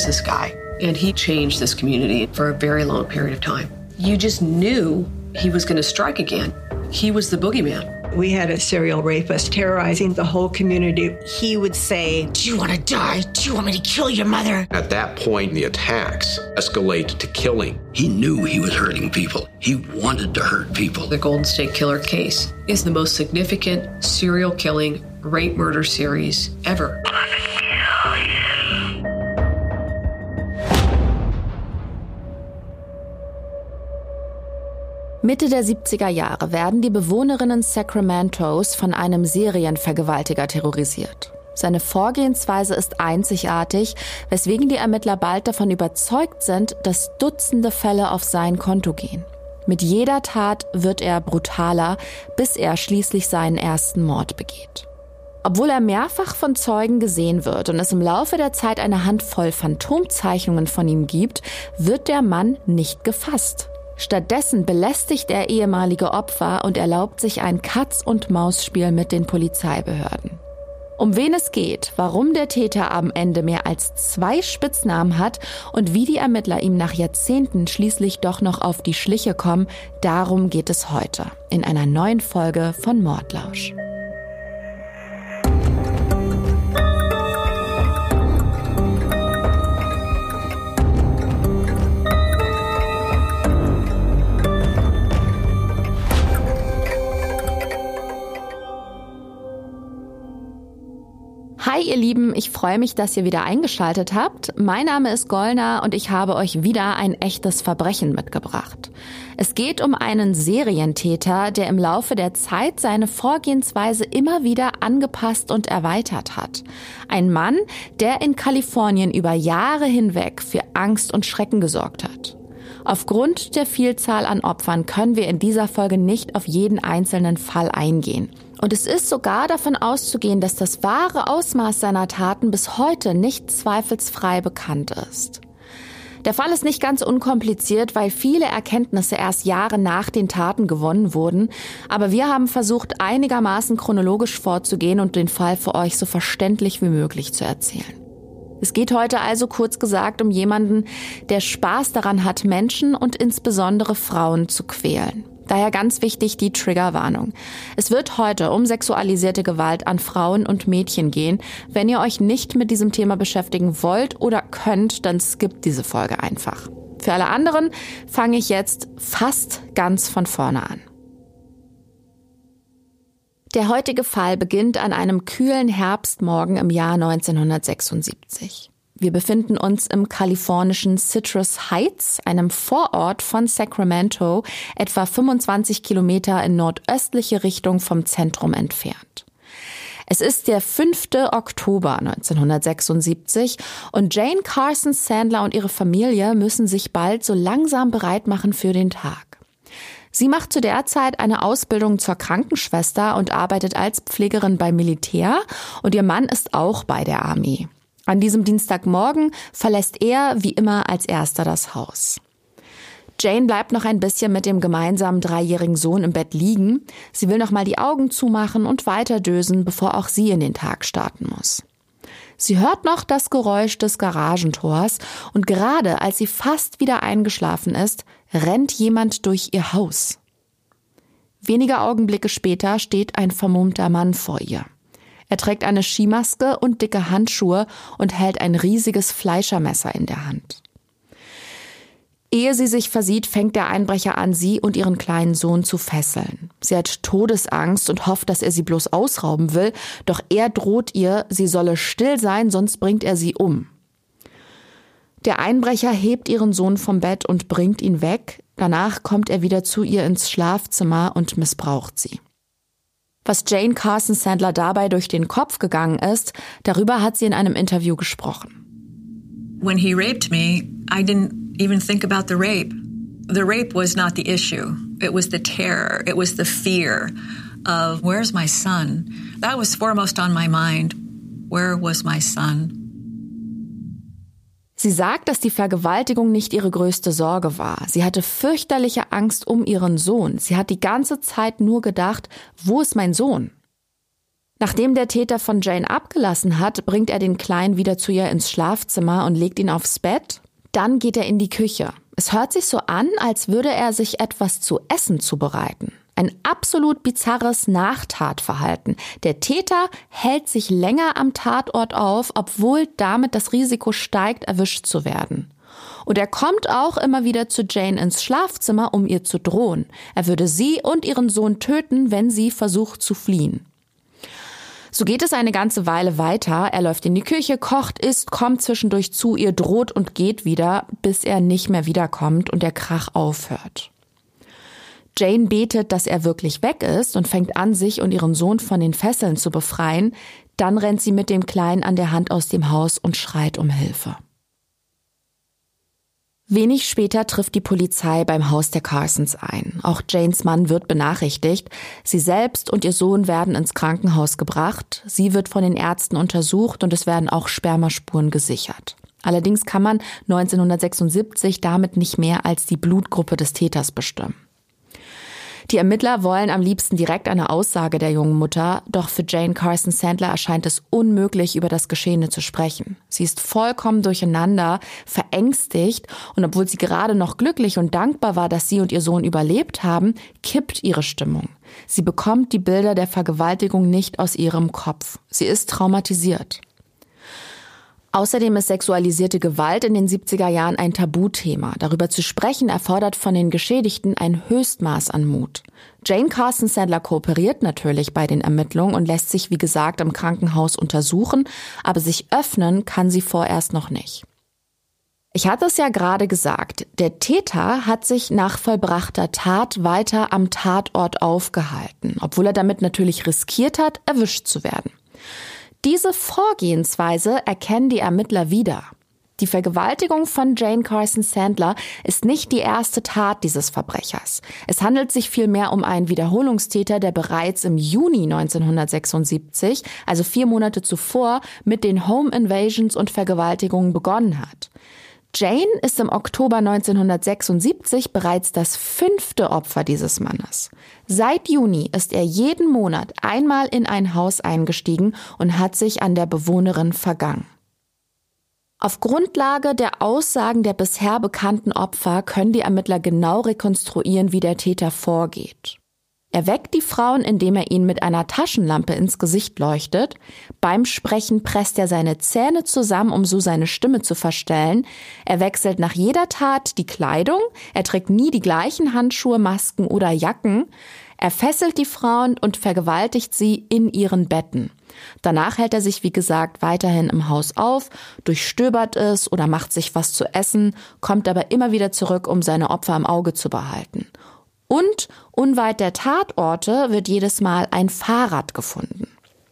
was this guy, and he changed this community for a very long period of time. You just knew he was going to strike again. He was the boogeyman. We had a serial rapist terrorizing the whole community. He would say, "Do you want to die? Do you want me to kill your mother?" At that point, the attacks escalate to killing. He knew he was hurting people. He wanted to hurt people. The Golden State Killer case is the most significant serial killing rape murder series ever. Mitte der 70er Jahre werden die Bewohnerinnen Sacramentos von einem Serienvergewaltiger terrorisiert. Seine Vorgehensweise ist einzigartig, weswegen die Ermittler bald davon überzeugt sind, dass Dutzende Fälle auf sein Konto gehen. Mit jeder Tat wird er brutaler, bis er schließlich seinen ersten Mord begeht. Obwohl er mehrfach von Zeugen gesehen wird und es im Laufe der Zeit eine Handvoll Phantomzeichnungen von ihm gibt, wird der Mann nicht gefasst. Stattdessen belästigt er ehemalige Opfer und erlaubt sich ein Katz-und-Maus-Spiel mit den Polizeibehörden. Um wen es geht, warum der Täter am Ende mehr als 2 Spitznamen hat und wie die Ermittler ihm nach Jahrzehnten schließlich doch noch auf die Schliche kommen, darum geht es heute in einer neuen Folge von Mordlausch. Hi ihr Lieben, ich freue mich, dass ihr wieder eingeschaltet habt. Mein Name ist Golna und ich habe euch wieder ein echtes Verbrechen mitgebracht. Es geht um einen Serientäter, der im Laufe der Zeit seine Vorgehensweise immer wieder angepasst und erweitert hat. Ein Mann, der in Kalifornien über Jahre hinweg für Angst und Schrecken gesorgt hat. Aufgrund der Vielzahl an Opfern können wir in dieser Folge nicht auf jeden einzelnen Fall eingehen. Und es ist sogar davon auszugehen, dass das wahre Ausmaß seiner Taten bis heute nicht zweifelsfrei bekannt ist. Der Fall ist nicht ganz unkompliziert, weil viele Erkenntnisse erst Jahre nach den Taten gewonnen wurden. Aber wir haben versucht, einigermaßen chronologisch vorzugehen und den Fall für euch so verständlich wie möglich zu erzählen. Es geht heute also kurz gesagt um jemanden, der Spaß daran hat, Menschen und insbesondere Frauen zu quälen. Daher ganz wichtig die Triggerwarnung. Es wird heute um sexualisierte Gewalt an Frauen und Mädchen gehen. Wenn ihr euch nicht mit diesem Thema beschäftigen wollt oder könnt, dann skippt diese Folge einfach. Für alle anderen fange ich jetzt fast ganz von vorne an. Der heutige Fall beginnt an einem kühlen Herbstmorgen im Jahr 1976. Wir befinden uns im kalifornischen Citrus Heights, einem Vorort von Sacramento, etwa 25 Kilometer in nordöstliche Richtung vom Zentrum entfernt. Es ist der 5. Oktober 1976 und Jane Carson Sandler und ihre Familie müssen sich bald so langsam bereit machen für den Tag. Sie macht zu der Zeit eine Ausbildung zur Krankenschwester und arbeitet als Pflegerin beim Militär und ihr Mann ist auch bei der Armee. An diesem Dienstagmorgen verlässt er wie immer als erster das Haus. Jane bleibt noch ein bisschen mit dem gemeinsamen 3-jährigen Sohn im Bett liegen. Sie will noch mal die Augen zumachen und weiterdösen, bevor auch sie in den Tag starten muss. Sie hört noch das Geräusch des Garagentors und gerade als sie fast wieder eingeschlafen ist, rennt jemand durch ihr Haus. Wenige Augenblicke später steht ein vermummter Mann vor ihr. Er trägt eine Skimaske und dicke Handschuhe und hält ein riesiges Fleischermesser in der Hand. Ehe sie sich versieht, fängt der Einbrecher an, sie und ihren kleinen Sohn zu fesseln. Sie hat Todesangst und hofft, dass er sie bloß ausrauben will, doch er droht ihr, sie solle still sein, sonst bringt er sie um. Der Einbrecher hebt ihren Sohn vom Bett und bringt ihn weg. Danach kommt er wieder zu ihr ins Schlafzimmer und missbraucht sie. Was Jane Carson Sandler dabei durch den Kopf gegangen ist, darüber hat sie in einem Interview gesprochen. When he raped me, I didn't even think about the rape. The rape was not the issue. It was the terror. It was the fear of, where's my son? That was foremost on my mind. Where was my son? Sie sagt, dass die Vergewaltigung nicht ihre größte Sorge war. Sie hatte fürchterliche Angst um ihren Sohn. Sie hat die ganze Zeit nur gedacht, wo ist mein Sohn? Nachdem der Täter von Jane abgelassen hat, bringt er den Kleinen wieder zu ihr ins Schlafzimmer und legt ihn aufs Bett. Dann geht er in die Küche. Es hört sich so an, als würde er sich etwas zu essen zubereiten. Ein absolut bizarres Nachtatverhalten. Der Täter hält sich länger am Tatort auf, obwohl damit das Risiko steigt, erwischt zu werden. Und er kommt auch immer wieder zu Jane ins Schlafzimmer, um ihr zu drohen. Er würde sie und ihren Sohn töten, wenn sie versucht zu fliehen. So geht es eine ganze Weile weiter. Er läuft in die Küche, kocht, isst, kommt zwischendurch zu ihr, droht und geht wieder, bis er nicht mehr wiederkommt und der Krach aufhört. Jane betet, dass er wirklich weg ist und fängt an, sich und ihren Sohn von den Fesseln zu befreien. Dann rennt sie mit dem Kleinen an der Hand aus dem Haus und schreit um Hilfe. Wenig später trifft die Polizei beim Haus der Carsons ein. Auch Janes Mann wird benachrichtigt. Sie selbst und ihr Sohn werden ins Krankenhaus gebracht. Sie wird von den Ärzten untersucht und es werden auch Spermaspuren gesichert. Allerdings kann man 1976 damit nicht mehr als die Blutgruppe des Täters bestimmen. Die Ermittler wollen am liebsten direkt eine Aussage der jungen Mutter, doch für Jane Carson Sandler erscheint es unmöglich, über das Geschehene zu sprechen. Sie ist vollkommen durcheinander, verängstigt und obwohl sie gerade noch glücklich und dankbar war, dass sie und ihr Sohn überlebt haben, kippt ihre Stimmung. Sie bekommt die Bilder der Vergewaltigung nicht aus ihrem Kopf. Sie ist traumatisiert. Außerdem ist sexualisierte Gewalt in den 70er Jahren ein Tabuthema. Darüber zu sprechen erfordert von den Geschädigten ein Höchstmaß an Mut. Jane Carson Sandler kooperiert natürlich bei den Ermittlungen und lässt sich, wie gesagt, im Krankenhaus untersuchen, aber sich öffnen kann sie vorerst noch nicht. Ich hatte es ja gerade gesagt, der Täter hat sich nach vollbrachter Tat weiter am Tatort aufgehalten, obwohl er damit natürlich riskiert hat, erwischt zu werden. Diese Vorgehensweise erkennen die Ermittler wieder. Die Vergewaltigung von Jane Carson Sandler ist nicht die erste Tat dieses Verbrechers. Es handelt sich vielmehr um einen Wiederholungstäter, der bereits im Juni 1976, also 4 Monate zuvor, mit den Home Invasions und Vergewaltigungen begonnen hat. Jane ist im Oktober 1976 bereits das 5. Opfer dieses Mannes. Seit Juni ist er jeden Monat einmal in ein Haus eingestiegen und hat sich an der Bewohnerin vergangen. Auf Grundlage der Aussagen der bisher bekannten Opfer können die Ermittler genau rekonstruieren, wie der Täter vorgeht. Er weckt die Frauen, indem er ihnen mit einer Taschenlampe ins Gesicht leuchtet. Beim Sprechen presst er seine Zähne zusammen, um so seine Stimme zu verstellen. Er wechselt nach jeder Tat die Kleidung. Er trägt nie die gleichen Handschuhe, Masken oder Jacken. Er fesselt die Frauen und vergewaltigt sie in ihren Betten. Danach hält er sich, wie gesagt, weiterhin im Haus auf, durchstöbert es oder macht sich was zu essen, kommt aber immer wieder zurück, um seine Opfer im Auge zu behalten. Und unweit der Tatorte wird jedes Mal ein Fahrrad gefunden.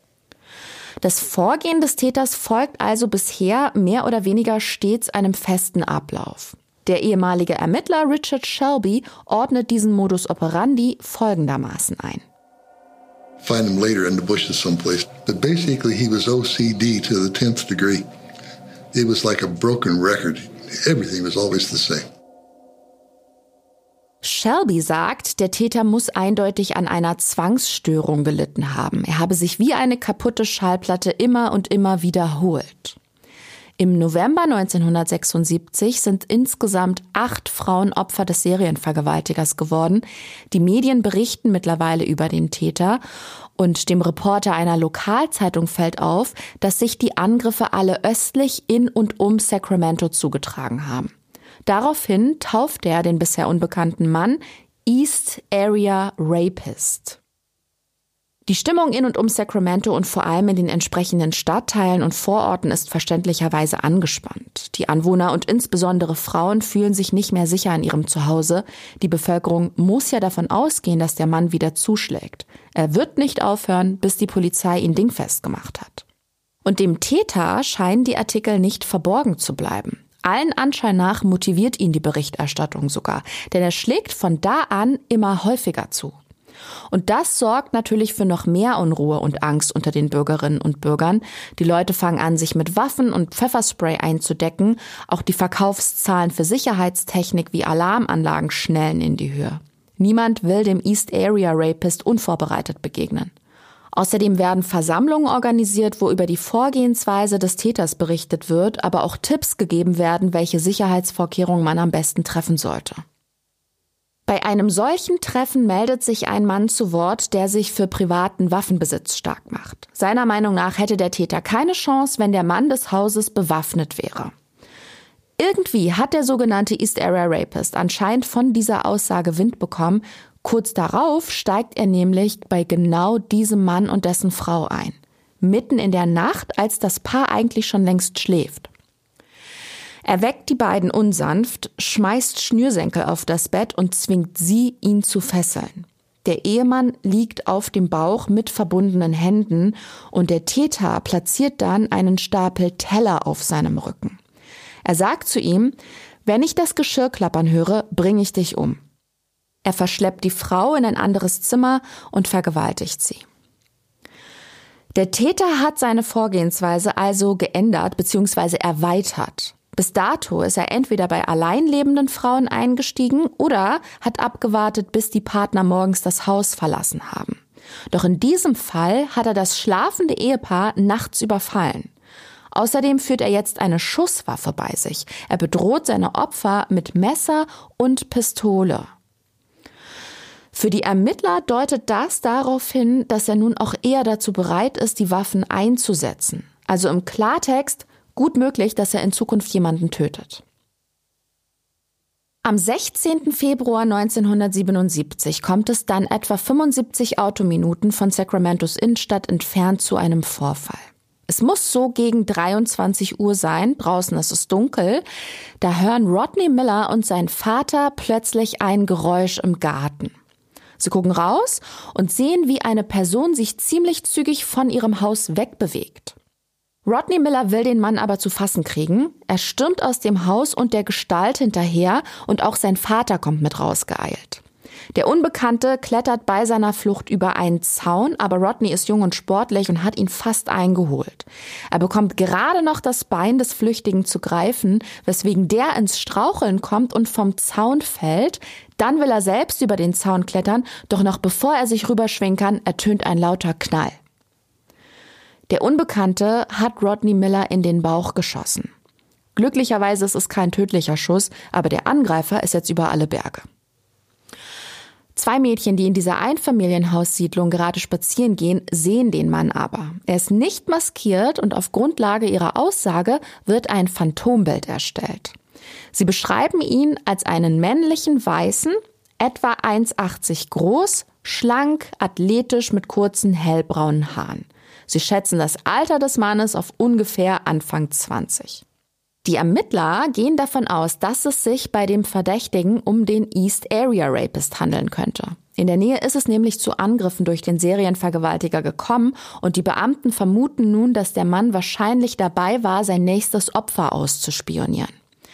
Das Vorgehen des Täters folgt also bisher mehr oder weniger stets einem festen Ablauf. Der ehemalige Ermittler Richard Shelby ordnet diesen Modus operandi folgendermaßen ein. Find him later in the bushes someplace. But basically he was OCD to the 10th degree. It was like a broken record. Everything was always the same. Shelby sagt, der Täter muss eindeutig an einer Zwangsstörung gelitten haben. Er habe sich wie eine kaputte Schallplatte immer und immer wiederholt. Im November 1976 sind insgesamt 8 Frauen Opfer des Serienvergewaltigers geworden. Die Medien berichten mittlerweile über den Täter und dem Reporter einer Lokalzeitung fällt auf, dass sich die Angriffe alle östlich in und um Sacramento zugetragen haben. Daraufhin tauft er den bisher unbekannten Mann East Area Rapist. Die Stimmung in und um Sacramento und vor allem in den entsprechenden Stadtteilen und Vororten ist verständlicherweise angespannt. Die Anwohner und insbesondere Frauen fühlen sich nicht mehr sicher in ihrem Zuhause. Die Bevölkerung muss ja davon ausgehen, dass der Mann wieder zuschlägt. Er wird nicht aufhören, bis die Polizei ihn dingfest gemacht hat. Und dem Täter scheinen die Artikel nicht verborgen zu bleiben. Allen Anschein nach motiviert ihn die Berichterstattung sogar, denn er schlägt von da an immer häufiger zu. Und das sorgt natürlich für noch mehr Unruhe und Angst unter den Bürgerinnen und Bürgern. Die Leute fangen an, sich mit Waffen und Pfefferspray einzudecken. Auch die Verkaufszahlen für Sicherheitstechnik wie Alarmanlagen schnellen in die Höhe. Niemand will dem East Area Rapist unvorbereitet begegnen. Außerdem werden Versammlungen organisiert, wo über die Vorgehensweise des Täters berichtet wird, aber auch Tipps gegeben werden, welche Sicherheitsvorkehrungen man am besten treffen sollte. Bei einem solchen Treffen meldet sich ein Mann zu Wort, der sich für privaten Waffenbesitz stark macht. Seiner Meinung nach hätte der Täter keine Chance, wenn der Mann des Hauses bewaffnet wäre. Irgendwie hat der sogenannte East Area Rapist anscheinend von dieser Aussage Wind bekommen. Kurz darauf steigt er nämlich bei genau diesem Mann und dessen Frau ein. Mitten in der Nacht, als das Paar eigentlich schon längst schläft. Er weckt die beiden unsanft, schmeißt Schnürsenkel auf das Bett und zwingt sie, ihn zu fesseln. Der Ehemann liegt auf dem Bauch mit verbundenen Händen und der Täter platziert dann einen Stapel Teller auf seinem Rücken. Er sagt zu ihm, wenn ich das Geschirr klappern höre, bringe ich dich um. Er verschleppt die Frau in ein anderes Zimmer und vergewaltigt sie. Der Täter hat seine Vorgehensweise also geändert bzw. erweitert. Bis dato ist er entweder bei allein lebenden Frauen eingestiegen oder hat abgewartet, bis die Partner morgens das Haus verlassen haben. Doch in diesem Fall hat er das schlafende Ehepaar nachts überfallen. Außerdem führt er jetzt eine Schusswaffe bei sich. Er bedroht seine Opfer mit Messer und Pistole. Für die Ermittler deutet das darauf hin, dass er nun auch eher dazu bereit ist, die Waffen einzusetzen. Also im Klartext, gut möglich, dass er in Zukunft jemanden tötet. Am 16. Februar 1977 kommt es dann etwa 75 Autominuten von Sacramentos Innenstadt entfernt zu einem Vorfall. Es muss so gegen 23 Uhr sein, draußen ist es dunkel. Da hören Rodney Miller und sein Vater plötzlich ein Geräusch im Garten. Sie gucken raus und sehen, wie eine Person sich ziemlich zügig von ihrem Haus wegbewegt. Rodney Miller will den Mann aber zu fassen kriegen. Er stürmt aus dem Haus und der Gestalt hinterher und auch sein Vater kommt mit rausgeeilt. Der Unbekannte klettert bei seiner Flucht über einen Zaun, aber Rodney ist jung und sportlich und hat ihn fast eingeholt. Er bekommt gerade noch das Bein des Flüchtigen zu greifen, weswegen der ins Straucheln kommt und vom Zaun fällt. Dann will er selbst über den Zaun klettern, doch noch bevor er sich rüberschwingen kann, ertönt ein lauter Knall. Der Unbekannte hat Rodney Miller in den Bauch geschossen. Glücklicherweise ist es kein tödlicher Schuss, aber der Angreifer ist jetzt über alle Berge. 2 Mädchen, die in dieser Einfamilienhaussiedlung gerade spazieren gehen, sehen den Mann aber. Er ist nicht maskiert und auf Grundlage ihrer Aussage wird ein Phantombild erstellt. Sie beschreiben ihn als einen männlichen Weißen, etwa 1,80 groß, schlank, athletisch mit kurzen hellbraunen Haaren. Sie schätzen das Alter des Mannes auf ungefähr Anfang 20. Die Ermittler gehen davon aus, dass es sich bei dem Verdächtigen um den East Area Rapist handeln könnte. In der Nähe ist es nämlich zu Angriffen durch den Serienvergewaltiger gekommen und die Beamten vermuten nun, dass der Mann wahrscheinlich dabei war, sein nächstes Opfer auszuspionieren.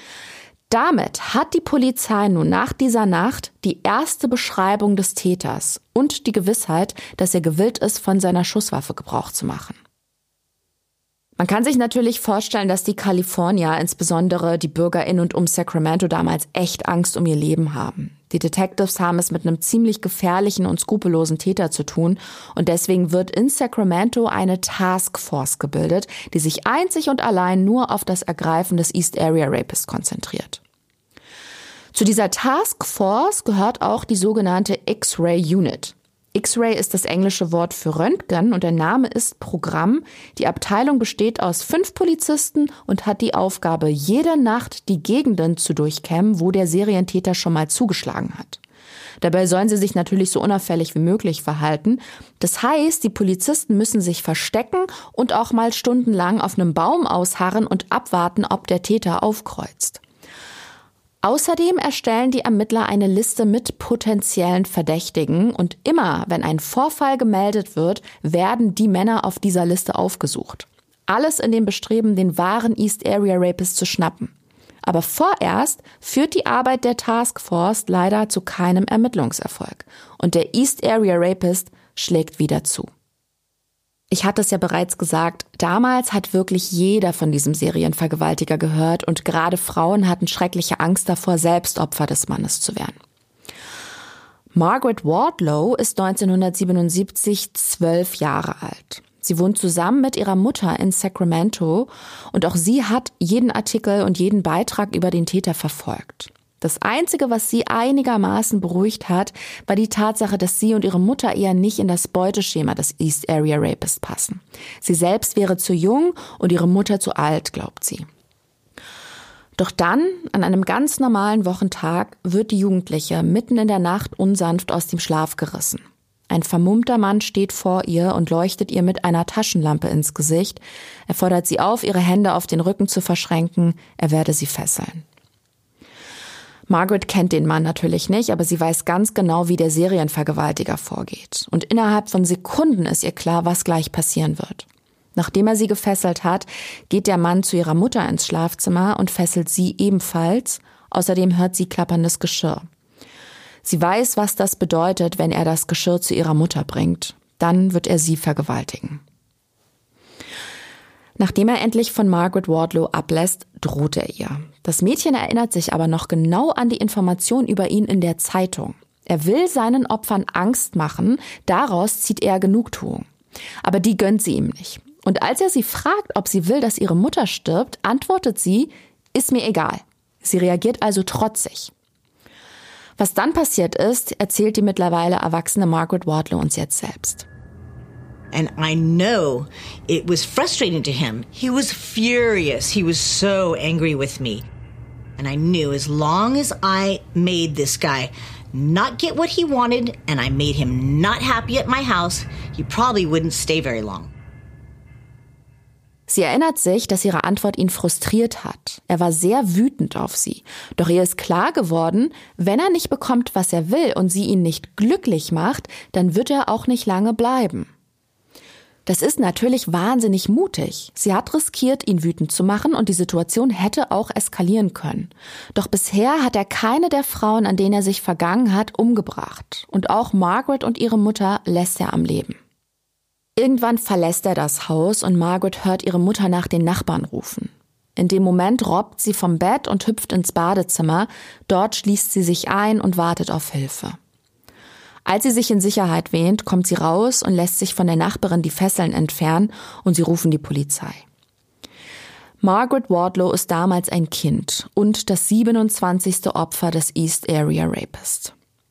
Damit hat die Polizei nun nach dieser Nacht die erste Beschreibung des Täters und die Gewissheit, dass er gewillt ist, von seiner Schusswaffe Gebrauch zu machen. Man kann sich natürlich vorstellen, dass die Kalifornier, insbesondere die Bürger in und um Sacramento, damals echt Angst um ihr Leben haben. Die Detectives haben es mit einem ziemlich gefährlichen und skrupellosen Täter zu tun und deswegen wird in Sacramento eine Taskforce gebildet, die sich einzig und allein nur auf das Ergreifen des East Area Rapist konzentriert. Zu dieser Taskforce gehört auch die sogenannte X-Ray Unit. X-Ray ist das englische Wort für Röntgen und der Name ist Programm. Die Abteilung besteht aus 5 Polizisten und hat die Aufgabe, jede Nacht die Gegenden zu durchkämmen, wo der Serientäter schon mal zugeschlagen hat. Dabei sollen sie sich natürlich so unauffällig wie möglich verhalten. Das heißt, die Polizisten müssen sich verstecken und auch mal stundenlang auf einem Baum ausharren und abwarten, ob der Täter aufkreuzt. Außerdem erstellen die Ermittler eine Liste mit potenziellen Verdächtigen und immer, wenn ein Vorfall gemeldet wird, werden die Männer auf dieser Liste aufgesucht. Alles in dem Bestreben, den wahren East Area Rapist zu schnappen. Aber vorerst führt die Arbeit der Taskforce leider zu keinem Ermittlungserfolg. Und der East Area Rapist schlägt wieder zu. Ich hatte es ja bereits gesagt, damals hat wirklich jeder von diesem Serienvergewaltiger gehört und gerade Frauen hatten schreckliche Angst davor, selbst Opfer des Mannes zu werden. Margaret Wardlow ist 1977 12 Jahre alt. Sie wohnt zusammen mit ihrer Mutter in Sacramento und auch sie hat jeden Artikel und jeden Beitrag über den Täter verfolgt. Das Einzige, was sie einigermaßen beruhigt hat, war die Tatsache, dass sie und ihre Mutter eher nicht in das Beuteschema des East Area Rapist passen. Sie selbst wäre zu jung und ihre Mutter zu alt, glaubt sie. Doch dann, an einem ganz normalen Wochentag, wird die Jugendliche mitten in der Nacht unsanft aus dem Schlaf gerissen. Ein vermummter Mann steht vor ihr und leuchtet ihr mit einer Taschenlampe ins Gesicht. Er fordert sie auf, ihre Hände auf den Rücken zu verschränken. Er werde sie fesseln. Margaret kennt den Mann natürlich nicht, aber sie weiß ganz genau, wie der Serienvergewaltiger vorgeht. Und innerhalb von Sekunden ist ihr klar, was gleich passieren wird. Nachdem er sie gefesselt hat, geht der Mann zu ihrer Mutter ins Schlafzimmer und fesselt sie ebenfalls. Außerdem hört sie klapperndes Geschirr. Sie weiß, was das bedeutet, wenn er das Geschirr zu ihrer Mutter bringt. Dann wird er sie vergewaltigen. Nachdem er endlich von Margaret Wardlow ablässt, droht er ihr. Das Mädchen erinnert sich aber noch genau an die Information über ihn in der Zeitung. Er will seinen Opfern Angst machen, daraus zieht er Genugtuung. Aber die gönnt sie ihm nicht. Und als er sie fragt, ob sie will, dass ihre Mutter stirbt, antwortet sie, ist mir egal. Sie reagiert also trotzig. Was dann passiert ist, erzählt die mittlerweile erwachsene Margaret Wardlow uns jetzt selbst. And I know it was frustrating to him. He was furious. He was so angry with me. And I knew as long as I made this guy not get what he wanted and I made him not happy at my house, he probably wouldn't stay very long. Sie erinnert sich, dass ihre Antwort ihn frustriert hat. Er war sehr wütend auf sie. Doch ihr ist klar geworden, wenn er nicht bekommt, was er will und sie ihn nicht glücklich macht, dann wird er auch nicht lange bleiben. Das ist natürlich wahnsinnig mutig. Sie hat riskiert, ihn wütend zu machen und die Situation hätte auch eskalieren können. Doch bisher hat er keine der Frauen, an denen er sich vergangen hat, umgebracht. Und auch Margaret und ihre Mutter lässt er am Leben. Irgendwann verlässt er das Haus und Margaret hört ihre Mutter nach den Nachbarn rufen. In dem Moment robbt sie vom Bett und hüpft ins Badezimmer. Dort schließt sie sich ein und wartet auf Hilfe. Als sie sich in Sicherheit wähnt, kommt sie raus und lässt sich von der Nachbarin die Fesseln entfernen und sie rufen die Polizei. Margaret Wardlow ist damals ein Kind und das 27. Opfer des East Area Rapist.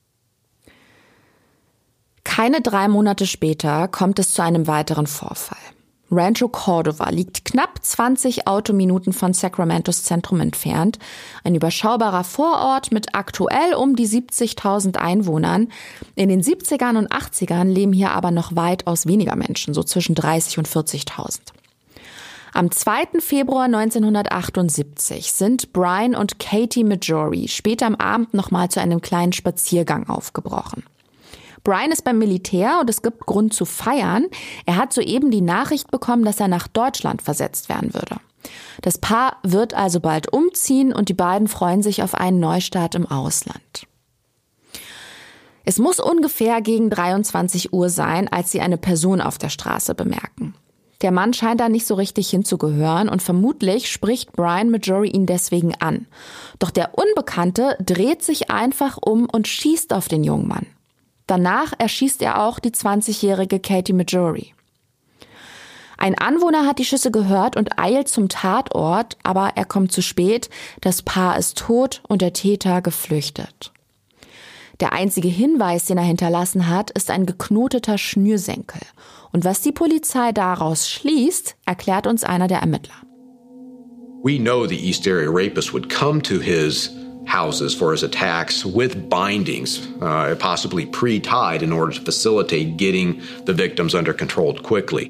Keine 3 Monate später kommt es zu einem weiteren Vorfall. Rancho Cordova liegt knapp 20 Autominuten von Sacramentos Zentrum entfernt. Ein überschaubarer Vorort mit aktuell um die 70.000 Einwohnern. In den 70ern und 80ern leben hier aber noch weitaus weniger Menschen, so zwischen 30 und 40.000. Am 2. Februar 1978 sind Brian und Katie Majori später am Abend nochmal zu einem kleinen Spaziergang aufgebrochen. Brian ist beim Militär und es gibt Grund zu feiern. Er hat soeben die Nachricht bekommen, dass er nach Deutschland versetzt werden würde. Das Paar wird also bald umziehen und die beiden freuen sich auf einen Neustart im Ausland. Es muss ungefähr gegen 23 Uhr sein, als sie eine Person auf der Straße bemerken. Der Mann scheint da nicht so richtig hinzugehören und vermutlich spricht Brian Majori ihn deswegen an. Doch der Unbekannte dreht sich einfach um und schießt auf den jungen Mann. Danach erschießt er auch die 20-jährige Katie Majori. Ein Anwohner hat die Schüsse gehört und eilt zum Tatort, aber er kommt zu spät. Das Paar ist tot und der Täter geflüchtet. Der einzige Hinweis, den er hinterlassen hat, ist ein geknoteter Schnürsenkel. Und was die Polizei daraus schließt, erklärt uns einer der Ermittler. We know the East Area Rapist would come to his houses for his attacks with bindings, possibly pre-tied in order to facilitate getting the victims under control quickly.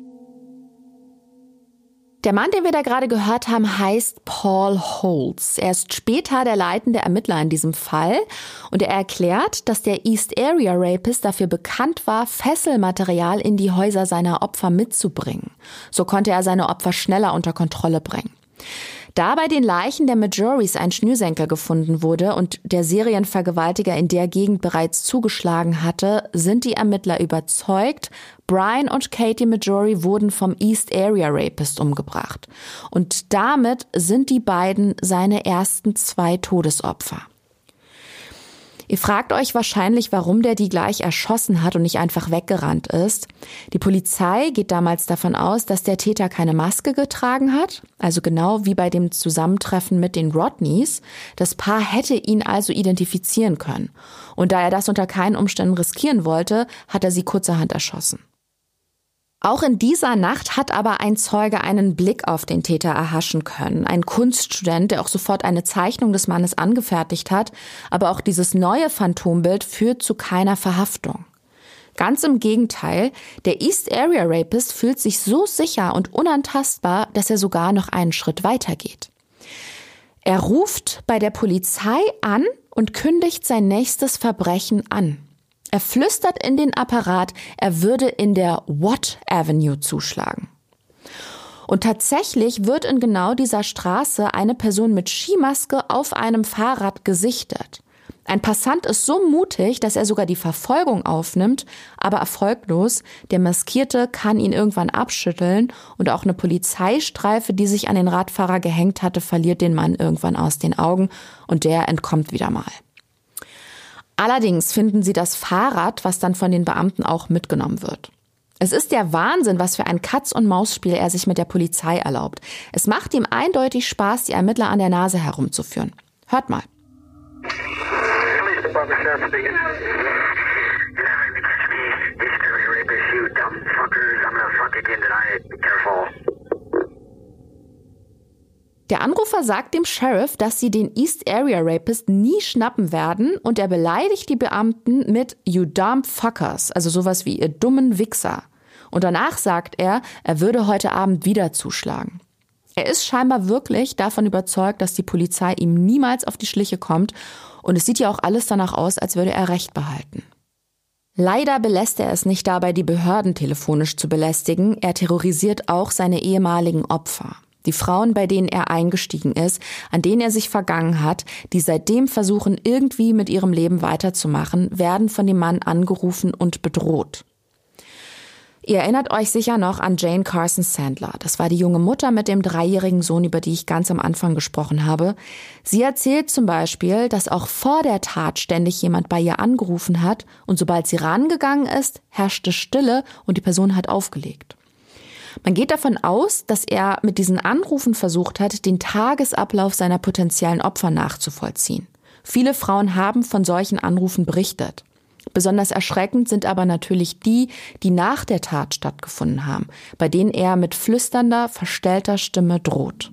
Der Mann, den wir da gerade gehört haben, heißt Paul Holtz. Er ist später der leitende Ermittler in diesem Fall und er erklärt, dass der East Area Rapist dafür bekannt war, Fesselmaterial in die Häuser seiner Opfer mitzubringen. So konnte er seine Opfer schneller unter Kontrolle bringen. Da bei den Leichen der Majoris ein Schnürsenkel gefunden wurde und der Serienvergewaltiger in der Gegend bereits zugeschlagen hatte, sind die Ermittler überzeugt, Brian und Katie Majori wurden vom East Area Rapist umgebracht. Und damit sind die beiden seine ersten 2 Todesopfer. Ihr fragt euch wahrscheinlich, warum der die gleich erschossen hat und nicht einfach weggerannt ist. Die Polizei geht damals davon aus, dass der Täter keine Maske getragen hat, also genau wie bei dem Zusammentreffen mit den Rodneys. Das Paar hätte ihn also identifizieren können. Und da er das unter keinen Umständen riskieren wollte, hat er sie kurzerhand erschossen. Auch in dieser Nacht hat aber ein Zeuge einen Blick auf den Täter erhaschen können. Ein Kunststudent, der auch sofort eine Zeichnung des Mannes angefertigt hat. Aber auch dieses neue Phantombild führt zu keiner Verhaftung. Ganz im Gegenteil, der East Area Rapist fühlt sich so sicher und unantastbar, dass er sogar noch einen Schritt weiter geht. Er ruft bei der Polizei an und kündigt sein nächstes Verbrechen an. Er flüstert in den Apparat, er würde in der Watt Avenue zuschlagen. Und tatsächlich wird in genau dieser Straße eine Person mit Skimaske auf einem Fahrrad gesichtet. Ein Passant ist so mutig, dass er sogar die Verfolgung aufnimmt, aber erfolglos. Der Maskierte kann ihn irgendwann abschütteln und auch eine Polizeistreife, die sich an den Radfahrer gehängt hatte, verliert den Mann irgendwann aus den Augen und der entkommt wieder mal. Allerdings finden sie das Fahrrad, was dann von den Beamten auch mitgenommen wird. Es ist der Wahnsinn, was für ein Katz-und-Maus-Spiel er sich mit der Polizei erlaubt. Es macht ihm eindeutig Spaß, die Ermittler an der Nase herumzuführen. Hört mal. Der Anrufer sagt dem Sheriff, dass sie den East Area Rapist nie schnappen werden und er beleidigt die Beamten mit "You dumb fuckers", also sowas wie "ihr dummen Wichser". Und danach sagt er, er würde heute Abend wieder zuschlagen. Er ist scheinbar wirklich davon überzeugt, dass die Polizei ihm niemals auf die Schliche kommt und es sieht ja auch alles danach aus, als würde er Recht behalten. Leider belässt er es nicht dabei, die Behörden telefonisch zu belästigen, er terrorisiert auch seine ehemaligen Opfer. Die Frauen, bei denen er eingestiegen ist, an denen er sich vergangen hat, die seitdem versuchen, irgendwie mit ihrem Leben weiterzumachen, werden von dem Mann angerufen und bedroht. Ihr erinnert euch sicher noch an Jane Carson Sandler. Das war die junge Mutter mit dem 3-jährigen Sohn, über die ich ganz am Anfang gesprochen habe. Sie erzählt zum Beispiel, dass auch vor der Tat ständig jemand bei ihr angerufen hat und sobald sie rangegangen ist, herrschte Stille und die Person hat aufgelegt. Man geht davon aus, dass er mit diesen Anrufen versucht hat, den Tagesablauf seiner potenziellen Opfer nachzuvollziehen. Viele Frauen haben von solchen Anrufen berichtet. Besonders erschreckend sind aber natürlich die, die nach der Tat stattgefunden haben, bei denen er mit flüsternder, verstellter Stimme droht.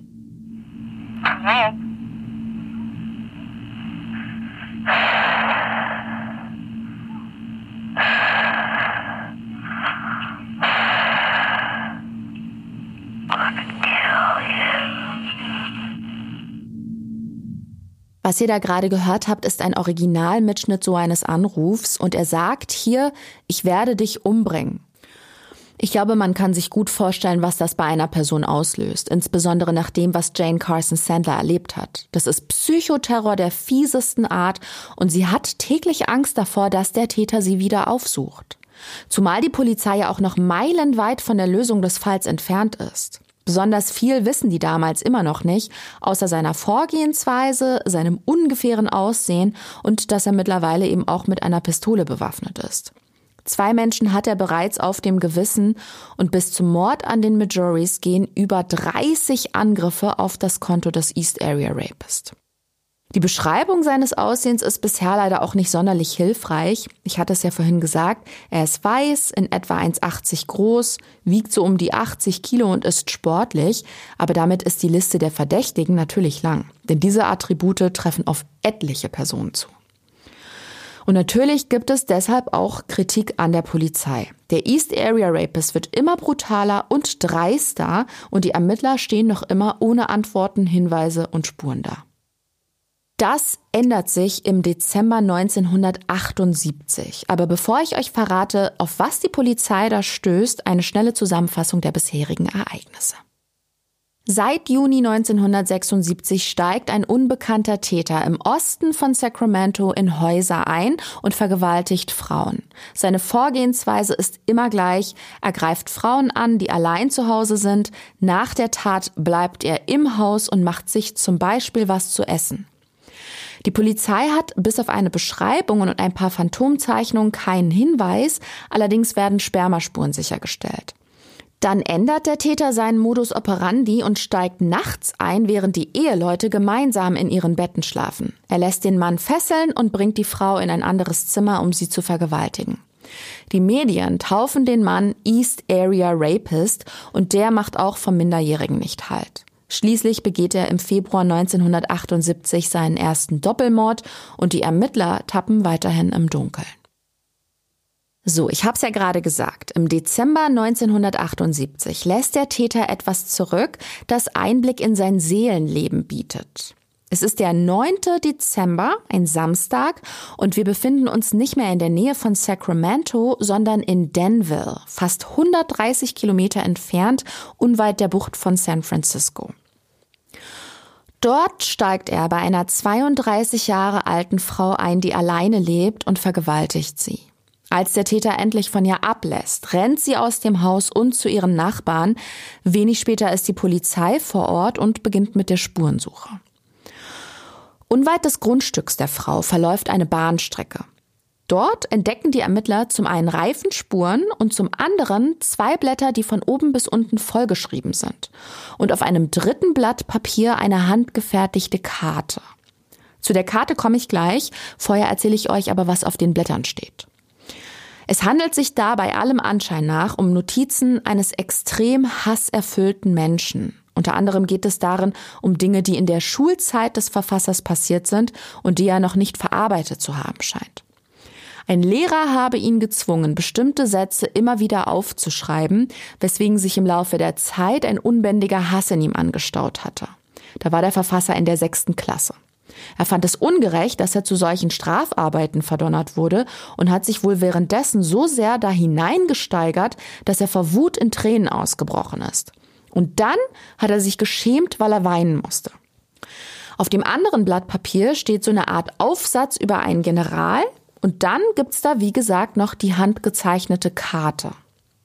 Was ihr da gerade gehört habt, ist ein Originalmitschnitt so eines Anrufs und er sagt hier, ich werde dich umbringen. Ich glaube, man kann sich gut vorstellen, was das bei einer Person auslöst, insbesondere nach dem, was Jane Carson Sandler erlebt hat. Das ist Psychoterror der fiesesten Art und sie hat täglich Angst davor, dass der Täter sie wieder aufsucht. Zumal die Polizei ja auch noch meilenweit von der Lösung des Falls entfernt ist. Besonders viel wissen die damals immer noch nicht, außer seiner Vorgehensweise, seinem ungefähren Aussehen und dass er mittlerweile eben auch mit einer Pistole bewaffnet ist. 2 Menschen hat er bereits auf dem Gewissen und bis zum Mord an den Majoris gehen über 30 Angriffe auf das Konto des East Area Rapist. Die Beschreibung seines Aussehens ist bisher leider auch nicht sonderlich hilfreich. Ich hatte es ja vorhin gesagt, er ist weiß, in etwa 1,80 groß, wiegt so um die 80 Kilo und ist sportlich. Aber damit ist die Liste der Verdächtigen natürlich lang, denn diese Attribute treffen auf etliche Personen zu. Und natürlich gibt es deshalb auch Kritik an der Polizei. Der East Area Rapist wird immer brutaler und dreister und die Ermittler stehen noch immer ohne Antworten, Hinweise und Spuren da. Das ändert sich im Dezember 1978. Aber bevor ich euch verrate, auf was die Polizei da stößt, eine schnelle Zusammenfassung der bisherigen Ereignisse. Seit Juni 1976 steigt ein unbekannter Täter im Osten von Sacramento in Häuser ein und vergewaltigt Frauen. Seine Vorgehensweise ist immer gleich. Er greift Frauen an, die allein zu Hause sind. Nach der Tat bleibt er im Haus und macht sich zum Beispiel was zu essen. Die Polizei hat bis auf eine Beschreibung und ein paar Phantomzeichnungen keinen Hinweis, allerdings werden Spermaspuren sichergestellt. Dann ändert der Täter seinen Modus operandi und steigt nachts ein, während die Eheleute gemeinsam in ihren Betten schlafen. Er lässt den Mann fesseln und bringt die Frau in ein anderes Zimmer, um sie zu vergewaltigen. Die Medien taufen den Mann East Area Rapist und der macht auch vom Minderjährigen nicht Halt. Schließlich begeht er im Februar 1978 seinen ersten Doppelmord und die Ermittler tappen weiterhin im Dunkeln. So, ich hab's ja gerade gesagt. Im Dezember 1978 lässt der Täter etwas zurück, das Einblick in sein Seelenleben bietet. Es ist der 9. Dezember, ein Samstag, und wir befinden uns nicht mehr in der Nähe von Sacramento, sondern in Danville, fast 130 Kilometer entfernt, unweit der Bucht von San Francisco. Dort steigt er bei einer 32 Jahre alten Frau ein, die alleine lebt, und vergewaltigt sie. Als der Täter endlich von ihr ablässt, rennt sie aus dem Haus und zu ihren Nachbarn. Wenig später ist die Polizei vor Ort und beginnt mit der Spurensuche. Unweit des Grundstücks der Frau verläuft eine Bahnstrecke. Dort entdecken die Ermittler zum einen Reifenspuren und zum anderen 2 Blätter, die von oben bis unten vollgeschrieben sind. Und auf einem dritten Blatt Papier eine handgefertigte Karte. Zu der Karte komme ich gleich, vorher erzähle ich euch aber, was auf den Blättern steht. Es handelt sich da bei allem Anschein nach um Notizen eines extrem hasserfüllten Menschen. Unter anderem geht es darin um Dinge, die in der Schulzeit des Verfassers passiert sind und die er noch nicht verarbeitet zu haben scheint. Ein Lehrer habe ihn gezwungen, bestimmte Sätze immer wieder aufzuschreiben, weswegen sich im Laufe der Zeit ein unbändiger Hass in ihm angestaut hatte. Da war der Verfasser in der 6. Klasse. Er fand es ungerecht, dass er zu solchen Strafarbeiten verdonnert wurde und hat sich wohl währenddessen so sehr da hineingesteigert, dass er vor Wut in Tränen ausgebrochen ist. Und dann hat er sich geschämt, weil er weinen musste. Auf dem anderen Blatt Papier steht so eine Art Aufsatz über einen General und dann gibt's da, wie gesagt, noch die handgezeichnete Karte.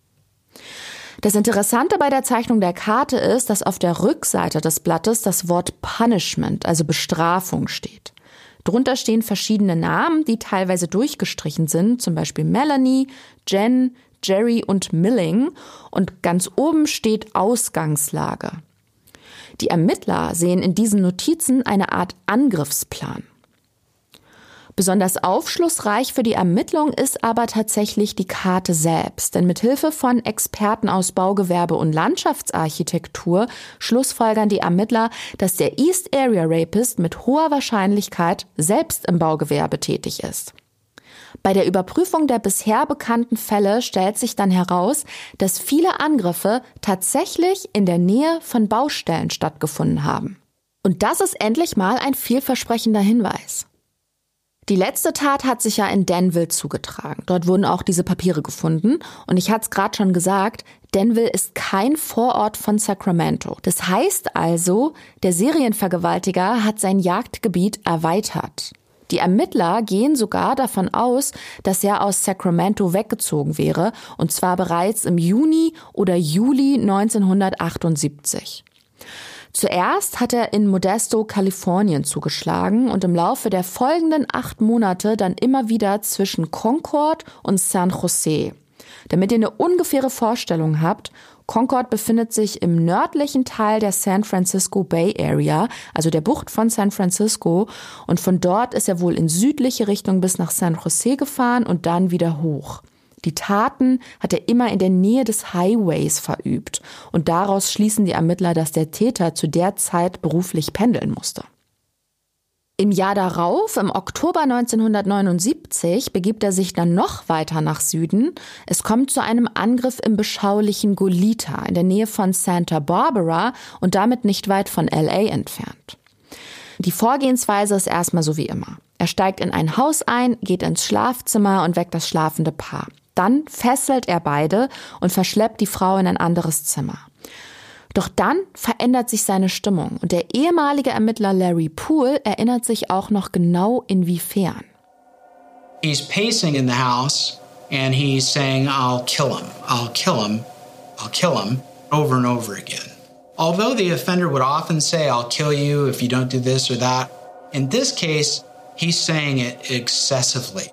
Das Interessante bei der Zeichnung der Karte ist, dass auf der Rückseite des Blattes das Wort Punishment, also Bestrafung, steht. Drunter stehen verschiedene Namen, die teilweise durchgestrichen sind, zum Beispiel Melanie, Jen, Jerry und Milling. Und ganz oben steht Ausgangslage. Die Ermittler sehen in diesen Notizen eine Art Angriffsplan. Besonders aufschlussreich für die Ermittlung ist aber tatsächlich die Karte selbst. Denn mit Hilfe von Experten aus Baugewerbe und Landschaftsarchitektur schlussfolgern die Ermittler, dass der East Area Rapist mit hoher Wahrscheinlichkeit selbst im Baugewerbe tätig ist. Bei der Überprüfung der bisher bekannten Fälle stellt sich dann heraus, dass viele Angriffe tatsächlich in der Nähe von Baustellen stattgefunden haben. Und das ist endlich mal ein vielversprechender Hinweis. Die letzte Tat hat sich ja in Danville zugetragen. Dort wurden auch diese Papiere gefunden. Und ich hatte es gerade schon gesagt, Danville ist kein Vorort von Sacramento. Das heißt also, der Serienvergewaltiger hat sein Jagdgebiet erweitert. Die Ermittler gehen sogar davon aus, dass er aus Sacramento weggezogen wäre, und zwar bereits im Juni oder Juli 1978. Zuerst hat er in Modesto, Kalifornien zugeschlagen und im Laufe der folgenden 8 Monate dann immer wieder zwischen Concord und San Jose. Damit ihr eine ungefähre Vorstellung habt, Concord befindet sich im nördlichen Teil der San Francisco Bay Area, also der Bucht von San Francisco, und von dort ist er wohl in südliche Richtung bis nach San Jose gefahren und dann wieder hoch. Die Taten hat er immer in der Nähe des Highways verübt und daraus schließen die Ermittler, dass der Täter zu der Zeit beruflich pendeln musste. Im Jahr darauf, im Oktober 1979, begibt er sich dann noch weiter nach Süden. Es kommt zu einem Angriff im beschaulichen Goleta in der Nähe von Santa Barbara und damit nicht weit von LA entfernt. Die Vorgehensweise ist erstmal so wie immer. Er steigt in ein Haus ein, geht ins Schlafzimmer und weckt das schlafende Paar. Dann fesselt er beide und verschleppt die Frau in ein anderes Zimmer. Doch dann verändert sich seine Stimmung und der ehemalige Ermittler Larry Poole erinnert sich auch noch genau inwiefern. He's pacing in the house and he's saying, I'll kill him, I'll kill him, I'll kill him, over and over again. Although the offender would often say, I'll kill you if you don't do this or that, in this case, He's saying it excessively.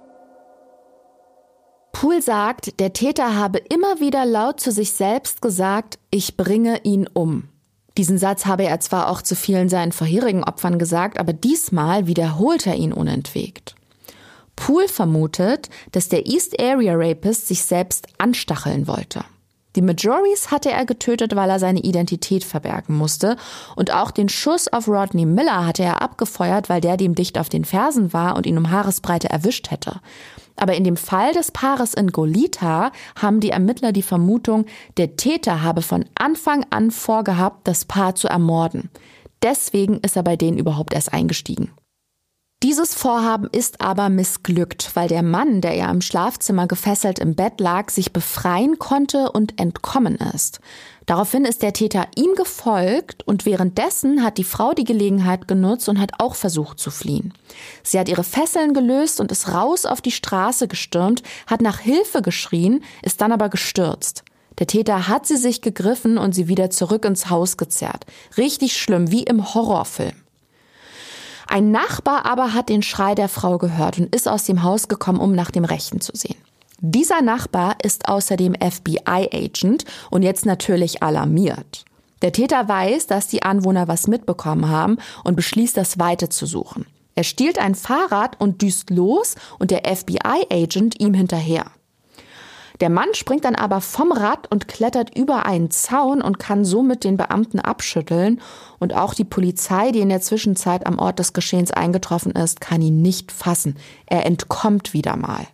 Poole sagt, der Täter habe immer wieder laut zu sich selbst gesagt, ich bringe ihn um. Diesen Satz habe er zwar auch zu vielen seinen vorherigen Opfern gesagt, aber diesmal wiederholt er ihn unentwegt. Poole vermutet, dass der East Area Rapist sich selbst anstacheln wollte. Die Marjories hatte er getötet, weil er seine Identität verbergen musste. Und auch den Schuss auf Rodney Miller hatte er abgefeuert, weil der dem dicht auf den Fersen war und ihn um Haaresbreite erwischt hätte. Aber in dem Fall des Paares in Goleta haben die Ermittler die Vermutung, der Täter habe von Anfang an vorgehabt, das Paar zu ermorden. Deswegen ist er bei denen überhaupt erst eingestiegen. Dieses Vorhaben ist aber missglückt, weil der Mann, der ja im Schlafzimmer gefesselt im Bett lag, sich befreien konnte und entkommen ist. Daraufhin ist der Täter ihm gefolgt und währenddessen hat die Frau die Gelegenheit genutzt und hat auch versucht zu fliehen. Sie hat ihre Fesseln gelöst und ist raus auf die Straße gestürmt, hat nach Hilfe geschrien, ist dann aber gestürzt. Der Täter hat sie sich gegriffen und sie wieder zurück ins Haus gezerrt. Richtig schlimm, wie im Horrorfilm. Ein Nachbar aber hat den Schrei der Frau gehört und ist aus dem Haus gekommen, um nach dem Rechten zu sehen. Dieser Nachbar ist außerdem FBI-Agent und jetzt natürlich alarmiert. Der Täter weiß, dass die Anwohner was mitbekommen haben und beschließt, das Weite zu suchen. Er stiehlt ein Fahrrad und düst los und der FBI-Agent ihm hinterher. Der Mann springt dann aber vom Rad und klettert über einen Zaun und kann somit den Beamten abschütteln. Und auch die Polizei, die in der Zwischenzeit am Ort des Geschehens eingetroffen ist, kann ihn nicht fassen. Er entkommt wieder mal.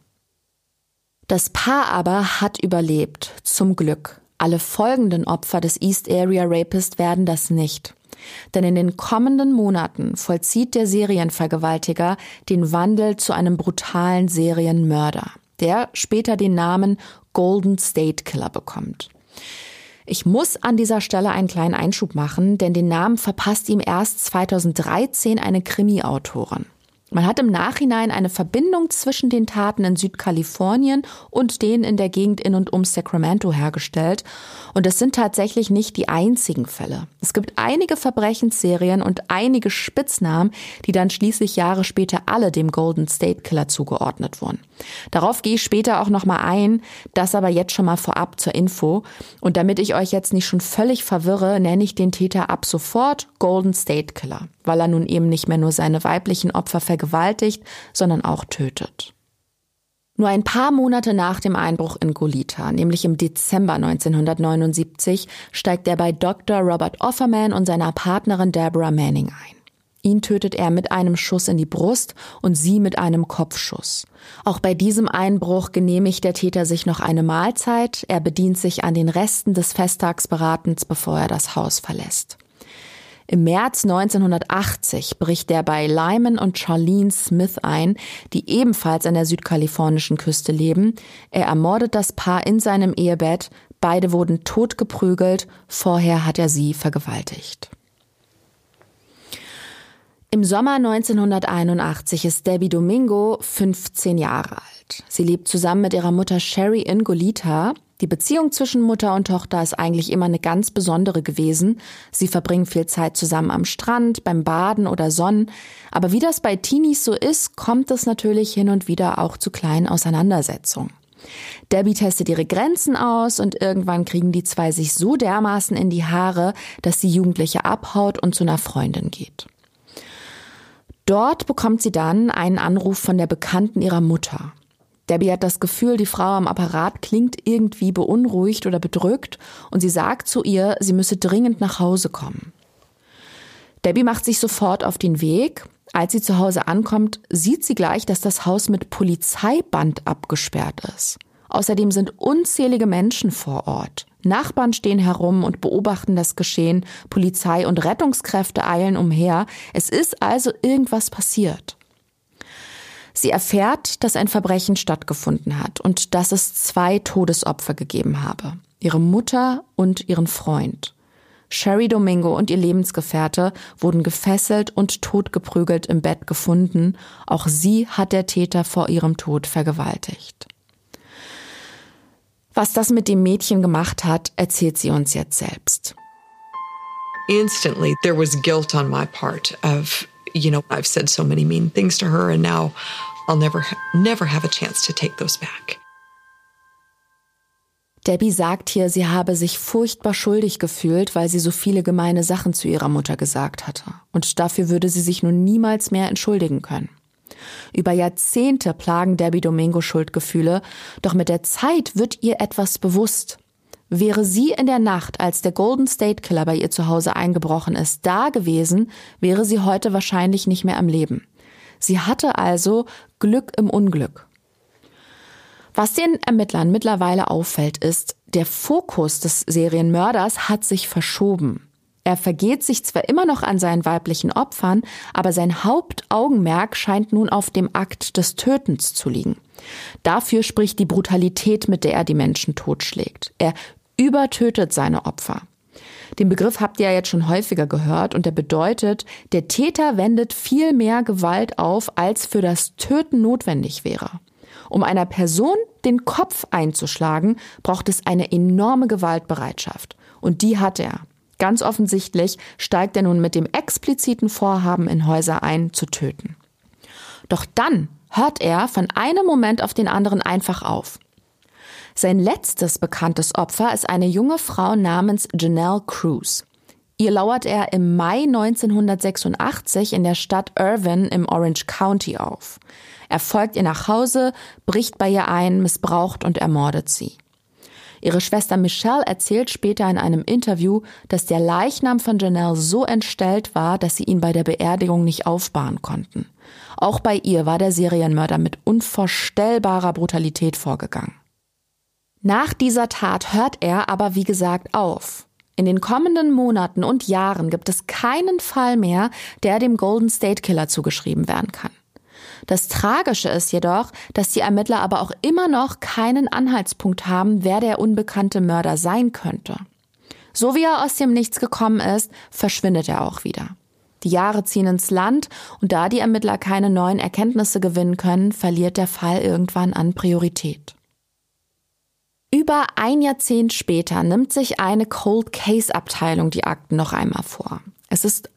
Das Paar aber hat überlebt, zum Glück. Alle folgenden Opfer des East Area Rapist werden das nicht. Denn in den kommenden Monaten vollzieht der Serienvergewaltiger den Wandel zu einem brutalen Serienmörder, der später den Namen Golden State Killer bekommt. Ich muss an dieser Stelle einen kleinen Einschub machen, denn den Namen verpasst ihm erst 2013 eine Krimi-Autorin. Man hat im Nachhinein eine Verbindung zwischen den Taten in Südkalifornien und denen in der Gegend in und um Sacramento hergestellt. Und es sind tatsächlich nicht die einzigen Fälle. Es gibt einige Verbrechensserien und einige Spitznamen, die dann schließlich Jahre später alle dem Golden State Killer zugeordnet wurden. Darauf gehe ich später auch nochmal ein, das aber jetzt schon mal vorab zur Info. Und damit ich euch jetzt nicht schon völlig verwirre, nenne ich den Täter ab sofort Golden State Killer, weil er nun eben nicht mehr nur seine weiblichen Opfer vergewaltigt, sondern auch tötet. Nur ein paar Monate nach dem Einbruch in Goleta, nämlich im Dezember 1979, steigt er bei Dr. Robert Offerman und seiner Partnerin Deborah Manning ein. Ihn tötet er mit einem Schuss in die Brust und sie mit einem Kopfschuss. Auch bei diesem Einbruch genehmigt der Täter sich noch eine Mahlzeit. Er bedient sich an den Resten des Festtagsberatens, bevor er das Haus verlässt. Im März 1980 bricht er bei Lyman und Charlene Smith ein, die ebenfalls an der südkalifornischen Küste leben. Er ermordet das Paar in seinem Ehebett. Beide wurden totgeprügelt. Vorher hat er sie vergewaltigt. Im Sommer 1981 ist Debbie Domingo 15 Jahre alt. Sie lebt zusammen mit ihrer Mutter Sherry in Goleta. Die Beziehung zwischen Mutter und Tochter ist eigentlich immer eine ganz besondere gewesen. Sie verbringen viel Zeit zusammen am Strand, beim Baden oder Sonnen. Aber wie das bei Teenies so ist, kommt es natürlich hin und wieder auch zu kleinen Auseinandersetzungen. Debbie testet ihre Grenzen aus und irgendwann kriegen die zwei sich so dermaßen in die Haare, dass die Jugendliche abhaut und zu einer Freundin geht. Dort bekommt sie dann einen Anruf von der Bekannten ihrer Mutter. Debbie hat das Gefühl, die Frau am Apparat klingt irgendwie beunruhigt oder bedrückt und sie sagt zu ihr, sie müsse dringend nach Hause kommen. Debbie macht sich sofort auf den Weg. Als sie zu Hause ankommt, sieht sie gleich, dass das Haus mit Polizeiband abgesperrt ist. Außerdem sind unzählige Menschen vor Ort. Nachbarn stehen herum und beobachten das Geschehen. Polizei und Rettungskräfte eilen umher. Es ist also irgendwas passiert. Sie erfährt, dass ein Verbrechen stattgefunden hat und dass es 2 Todesopfer gegeben habe. Ihre Mutter und ihren Freund. Sherry Domingo und ihr Lebensgefährte wurden gefesselt und totgeprügelt im Bett gefunden. Auch sie hat der Täter vor ihrem Tod vergewaltigt. Was das mit dem Mädchen gemacht hat, erzählt sie uns jetzt selbst. Instantly, there was guilt on my part of, I've said so many mean things to her and now I'll never have a chance to take those back. Debbie sagt hier, sie habe sich furchtbar schuldig gefühlt, weil sie so viele gemeine Sachen zu ihrer Mutter gesagt hatte. Und dafür würde sie sich nun niemals mehr entschuldigen können. Über Jahrzehnte plagen Debbie Domingo Schuldgefühle, doch mit der Zeit wird ihr etwas bewusst. Wäre sie in der Nacht, als der Golden State Killer bei ihr zu Hause eingebrochen ist, da gewesen, wäre sie heute wahrscheinlich nicht mehr am Leben. Sie hatte also Glück im Unglück. Was den Ermittlern mittlerweile auffällt, ist, der Fokus des Serienmörders hat sich verschoben. Er vergeht sich zwar immer noch an seinen weiblichen Opfern, aber sein Hauptaugenmerk scheint nun auf dem Akt des Tötens zu liegen. Dafür spricht die Brutalität, mit der er die Menschen totschlägt. Er übertötet seine Opfer. Den Begriff habt ihr ja jetzt schon häufiger gehört und der bedeutet, der Täter wendet viel mehr Gewalt auf, als für das Töten notwendig wäre. Um einer Person den Kopf einzuschlagen, braucht es eine enorme Gewaltbereitschaft. Und die hat er. Ganz offensichtlich steigt er nun mit dem expliziten Vorhaben in Häuser ein, zu töten. Doch dann hört er von einem Moment auf den anderen einfach auf. Sein letztes bekanntes Opfer ist eine junge Frau namens Janelle Cruz. Ihr lauert er im Mai 1986 in der Stadt Irvine im Orange County auf. Er folgt ihr nach Hause, bricht bei ihr ein, missbraucht und ermordet sie. Ihre Schwester Michelle erzählt später in einem Interview, dass der Leichnam von Janelle so entstellt war, dass sie ihn bei der Beerdigung nicht aufbahren konnten. Auch bei ihr war der Serienmörder mit unvorstellbarer Brutalität vorgegangen. Nach dieser Tat hört er aber, wie gesagt, auf. In den kommenden Monaten und Jahren gibt es keinen Fall mehr, der dem Golden State Killer zugeschrieben werden kann. Das Tragische ist jedoch, dass die Ermittler aber auch immer noch keinen Anhaltspunkt haben, wer der unbekannte Mörder sein könnte. So wie er aus dem Nichts gekommen ist, verschwindet er auch wieder. Die Jahre ziehen ins Land und da die Ermittler keine neuen Erkenntnisse gewinnen können, verliert der Fall irgendwann an Priorität. Über ein Jahrzehnt später nimmt sich eine Cold Case Abteilung die Akten noch einmal vor. Es ist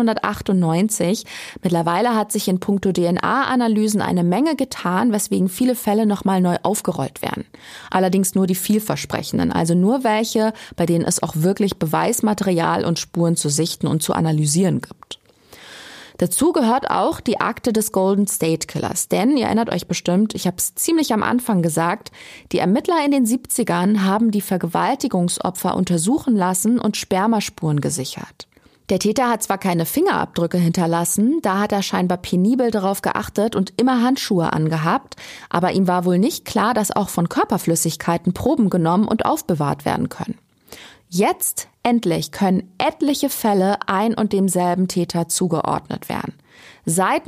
1998. Mittlerweile hat sich in puncto DNA-Analysen eine Menge getan, weswegen viele Fälle nochmal neu aufgerollt werden. Allerdings nur die vielversprechenden, also nur welche, bei denen es auch wirklich Beweismaterial und Spuren zu sichten und zu analysieren gibt. Dazu gehört auch die Akte des Golden State Killers, denn ihr erinnert euch bestimmt, ich habe es ziemlich am Anfang gesagt, die Ermittler in den 70ern haben die Vergewaltigungsopfer untersuchen lassen und Spermaspuren gesichert. Der Täter hat zwar keine Fingerabdrücke hinterlassen, da hat er scheinbar penibel darauf geachtet und immer Handschuhe angehabt, aber ihm war wohl nicht klar, dass auch von Körperflüssigkeiten Proben genommen und aufbewahrt werden können. Jetzt endlich können etliche Fälle ein und demselben Täter zugeordnet werden. Seit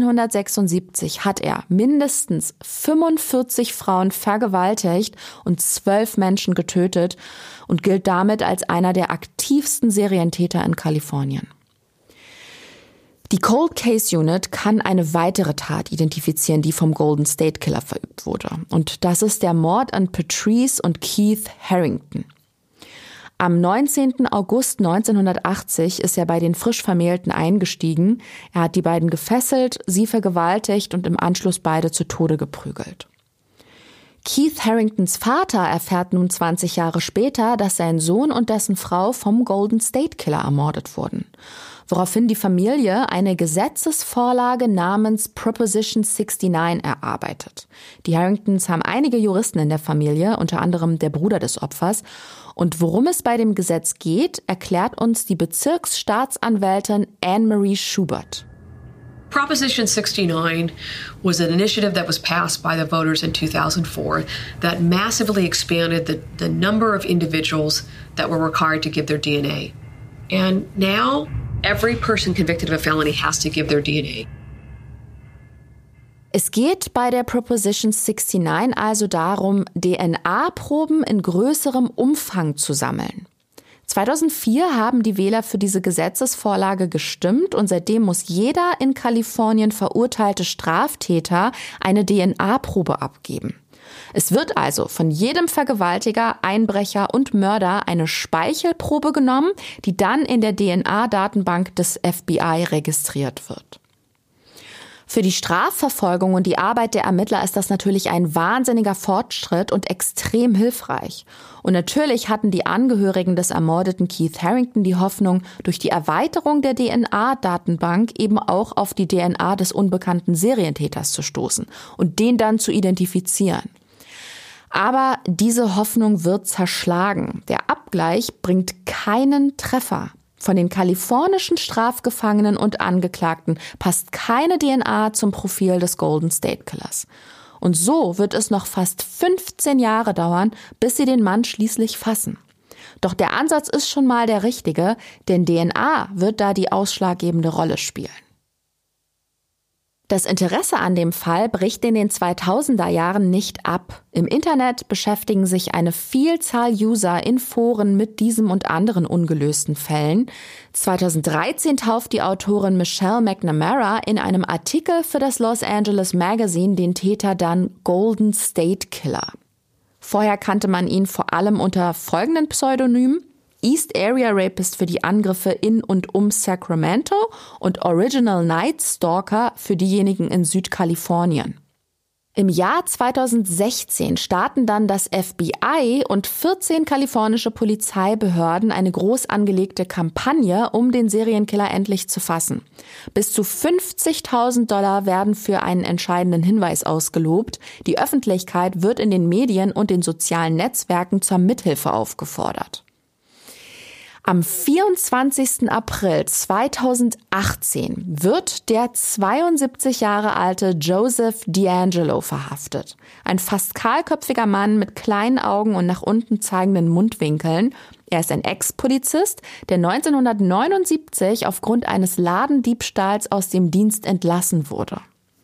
1976 hat er mindestens 45 Frauen vergewaltigt und 12 Menschen getötet und gilt damit als einer der aktivsten Serientäter in Kalifornien. Die Cold Case Unit kann eine weitere Tat identifizieren, die vom Golden State Killer verübt wurde. Und das ist der Mord an Patrice und Keith Harrington. Am 19. August 1980 ist er bei den frisch Vermählten eingestiegen. Er hat die beiden gefesselt, sie vergewaltigt und im Anschluss beide zu Tode geprügelt. Keith Harringtons Vater erfährt nun 20 Jahre später, dass sein Sohn und dessen Frau vom Golden State Killer ermordet wurden. Woraufhin die Familie eine Gesetzesvorlage namens Proposition 69 erarbeitet. Die Harringtons haben einige Juristen in der Familie, unter anderem der Bruder des Opfers. Und worum es bei dem Gesetz geht, erklärt uns die Bezirksstaatsanwältin Anne-Marie Schubert. Proposition 69 was an initiative that was passed by the voters in 2004 that massively expanded the number of individuals that were required to give their DNA. And now every person convicted of a felony has to give their DNA. Es geht bei der Proposition 69 also darum, DNA-Proben in größerem Umfang zu sammeln. 2004 haben die Wähler für diese Gesetzesvorlage gestimmt und seitdem muss jeder in Kalifornien verurteilte Straftäter eine DNA-Probe abgeben. Es wird also von jedem Vergewaltiger, Einbrecher und Mörder eine Speichelprobe genommen, die dann in der DNA-Datenbank des FBI registriert wird. Für die Strafverfolgung und die Arbeit der Ermittler ist das natürlich ein wahnsinniger Fortschritt und extrem hilfreich. Und natürlich hatten die Angehörigen des ermordeten Keith Harrington die Hoffnung, durch die Erweiterung der DNA-Datenbank eben auch auf die DNA des unbekannten Serientäters zu stoßen und den dann zu identifizieren. Aber diese Hoffnung wird zerschlagen. Der Abgleich bringt keinen Treffer. Von den kalifornischen Strafgefangenen und Angeklagten passt keine DNA zum Profil des Golden State Killers. Und so wird es noch fast 15 Jahre dauern, bis sie den Mann schließlich fassen. Doch der Ansatz ist schon mal der richtige, denn DNA wird da die ausschlaggebende Rolle spielen. Das Interesse an dem Fall bricht in den 2000er Jahren nicht ab. Im Internet beschäftigen sich eine Vielzahl User in Foren mit diesem und anderen ungelösten Fällen. 2013 tauft die Autorin Michelle McNamara in einem Artikel für das Los Angeles Magazine den Täter dann Golden State Killer. Vorher kannte man ihn vor allem unter folgenden Pseudonymen: East Area Rapist für die Angriffe in und um Sacramento und Original Night Stalker für diejenigen in Südkalifornien. Im Jahr 2016 starten dann das FBI und 14 kalifornische Polizeibehörden eine groß angelegte Kampagne, um den Serienkiller endlich zu fassen. Bis zu $50.000 werden für einen entscheidenden Hinweis ausgelobt. Die Öffentlichkeit wird in den Medien und den sozialen Netzwerken zur Mithilfe aufgefordert. Am 24. April 2018 wird der 72 Jahre alte Joseph DeAngelo verhaftet. Ein fast kahlköpfiger Mann mit kleinen Augen und nach unten zeigenden Mundwinkeln. Er ist ein Ex-Polizist, der 1979 aufgrund eines Ladendiebstahls aus dem Dienst entlassen wurde.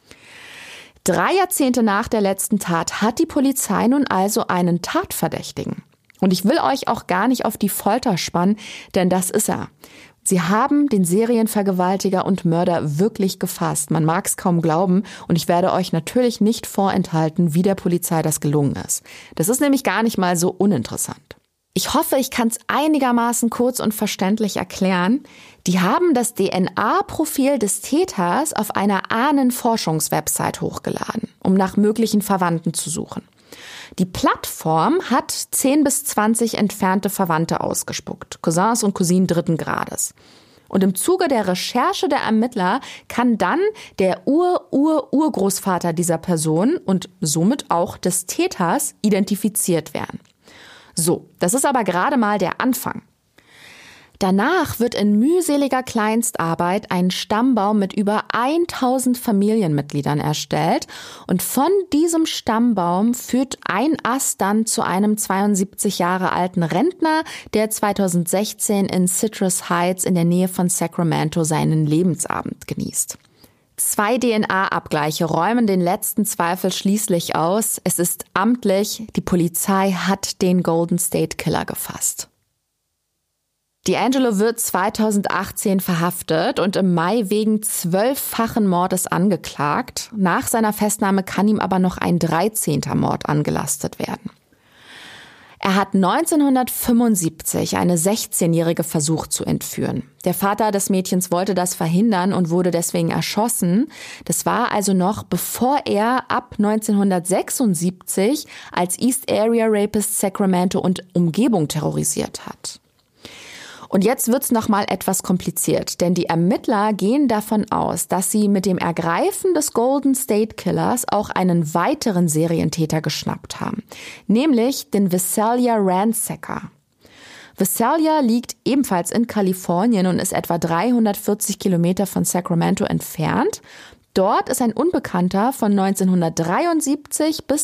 3 Jahrzehnte nach der letzten Tat hat die Polizei nun also einen Tatverdächtigen. Und ich will euch auch gar nicht auf die Folter spannen, denn das ist er. Sie haben den Serienvergewaltiger und Mörder wirklich gefasst. Man mag es kaum glauben und ich werde euch natürlich nicht vorenthalten, wie der Polizei das gelungen ist. Das ist nämlich gar nicht mal so uninteressant. Ich hoffe, ich kann es einigermaßen kurz und verständlich erklären. Die haben das DNA-Profil des Täters auf einer Ahnenforschungswebsite hochgeladen, um nach möglichen Verwandten zu suchen. Die Plattform hat 10 bis 20 entfernte Verwandte ausgespuckt, Cousins und Cousinen 3. Grades. Und im Zuge der Recherche der Ermittler kann dann der Urgroßvater dieser Person und somit auch des Täters identifiziert werden. So, das ist aber gerade mal der Anfang. Danach wird in mühseliger Kleinstarbeit ein Stammbaum mit über 1000 Familienmitgliedern erstellt und von diesem Stammbaum führt ein Ast dann zu einem 72 Jahre alten Rentner, der 2016 in Citrus Heights in der Nähe von Sacramento seinen Lebensabend genießt. 2 DNA-Abgleiche räumen den letzten Zweifel schließlich aus. Es ist amtlich, die Polizei hat den Golden State Killer gefasst. DeAngelo wird 2018 verhaftet und im Mai wegen 12-fachen Mordes angeklagt. Nach seiner Festnahme kann ihm aber noch ein 13. Mord angelastet werden. Er hat 1975 eine 16-Jährige versucht zu entführen. Der Vater des Mädchens wollte das verhindern und wurde deswegen erschossen. Das war also noch, bevor er ab 1976 als East Area Rapist Sacramento und Umgebung terrorisiert hat. Und jetzt wird's nochmal etwas kompliziert, denn die Ermittler gehen davon aus, dass sie mit dem Ergreifen des Golden State Killers auch einen weiteren Serientäter geschnappt haben, nämlich den Visalia Ransacker. Visalia liegt ebenfalls in Kalifornien und ist etwa 340 Kilometer von Sacramento entfernt. Dort ist ein Unbekannter von 1973 bis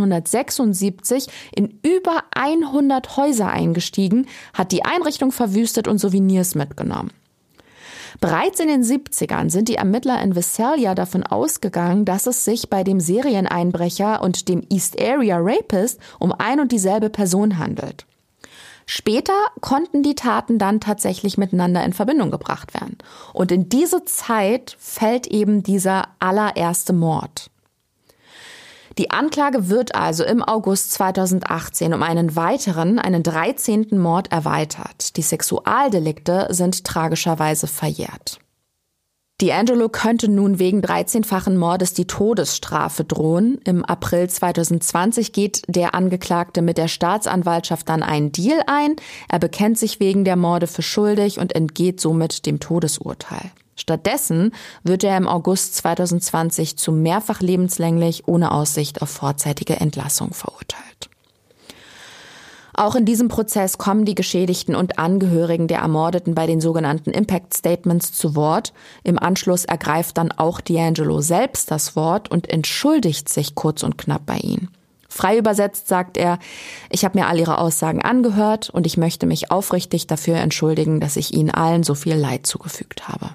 1976 in über 100 Häuser eingestiegen, hat die Einrichtung verwüstet und Souvenirs mitgenommen. Bereits in den 70ern sind die Ermittler in Visalia davon ausgegangen, dass es sich bei dem Serieneinbrecher und dem East Area Rapist um ein und dieselbe Person handelt. Später konnten die Taten dann tatsächlich miteinander in Verbindung gebracht werden. Und in diese Zeit fällt eben dieser allererste Mord. Die Anklage wird also im August 2018 um einen 13. Mord erweitert. Die Sexualdelikte sind tragischerweise verjährt. D'Angelo könnte nun wegen 13-fachen Mordes die Todesstrafe drohen. Im April 2020 geht der Angeklagte mit der Staatsanwaltschaft dann einen Deal ein. Er bekennt sich wegen der Morde für schuldig und entgeht somit dem Todesurteil. Stattdessen wird er im August 2020 zu mehrfach lebenslänglich ohne Aussicht auf vorzeitige Entlassung verurteilt. Auch in diesem Prozess kommen die Geschädigten und Angehörigen der Ermordeten bei den sogenannten Impact Statements zu Wort. Im Anschluss ergreift dann auch D'Angelo selbst das Wort und entschuldigt sich kurz und knapp bei ihnen. Frei übersetzt sagt er: Ich habe mir all ihre Aussagen angehört und ich möchte mich aufrichtig dafür entschuldigen, dass ich ihnen allen so viel Leid zugefügt habe.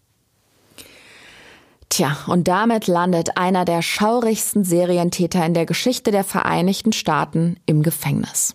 Tja, und damit landet einer der schaurigsten Serientäter in der Geschichte der Vereinigten Staaten im Gefängnis.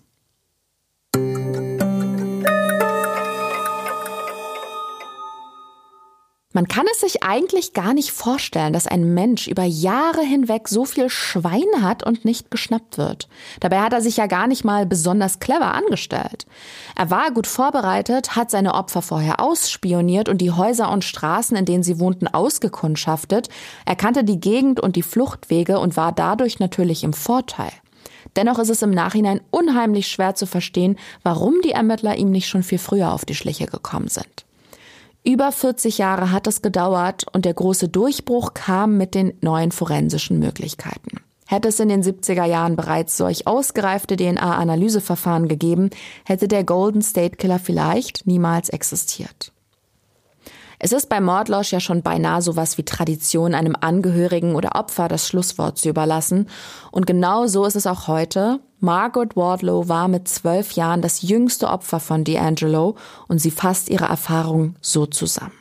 Man kann es sich eigentlich gar nicht vorstellen, dass ein Mensch über Jahre hinweg so viel Schwein hat und nicht geschnappt wird. Dabei hat er sich ja gar nicht mal besonders clever angestellt. Er war gut vorbereitet, hat seine Opfer vorher ausspioniert und die Häuser und Straßen, in denen sie wohnten, ausgekundschaftet. Er kannte die Gegend und die Fluchtwege und war dadurch natürlich im Vorteil. Dennoch ist es im Nachhinein unheimlich schwer zu verstehen, warum die Ermittler ihm nicht schon viel früher auf die Schliche gekommen sind. Über 40 Jahre hat es gedauert und der große Durchbruch kam mit den neuen forensischen Möglichkeiten. Hätte es in den 70er Jahren bereits solch ausgereifte DNA-Analyseverfahren gegeben, hätte der Golden State Killer vielleicht niemals existiert. Es ist bei Mordlausch ja schon beinahe sowas wie Tradition, einem Angehörigen oder Opfer das Schlusswort zu überlassen. Und genau so ist es auch heute. Margaret Wardlow war mit 12 Jahren das jüngste Opfer von D'Angelo und sie fasst ihre Erfahrungen so zusammen.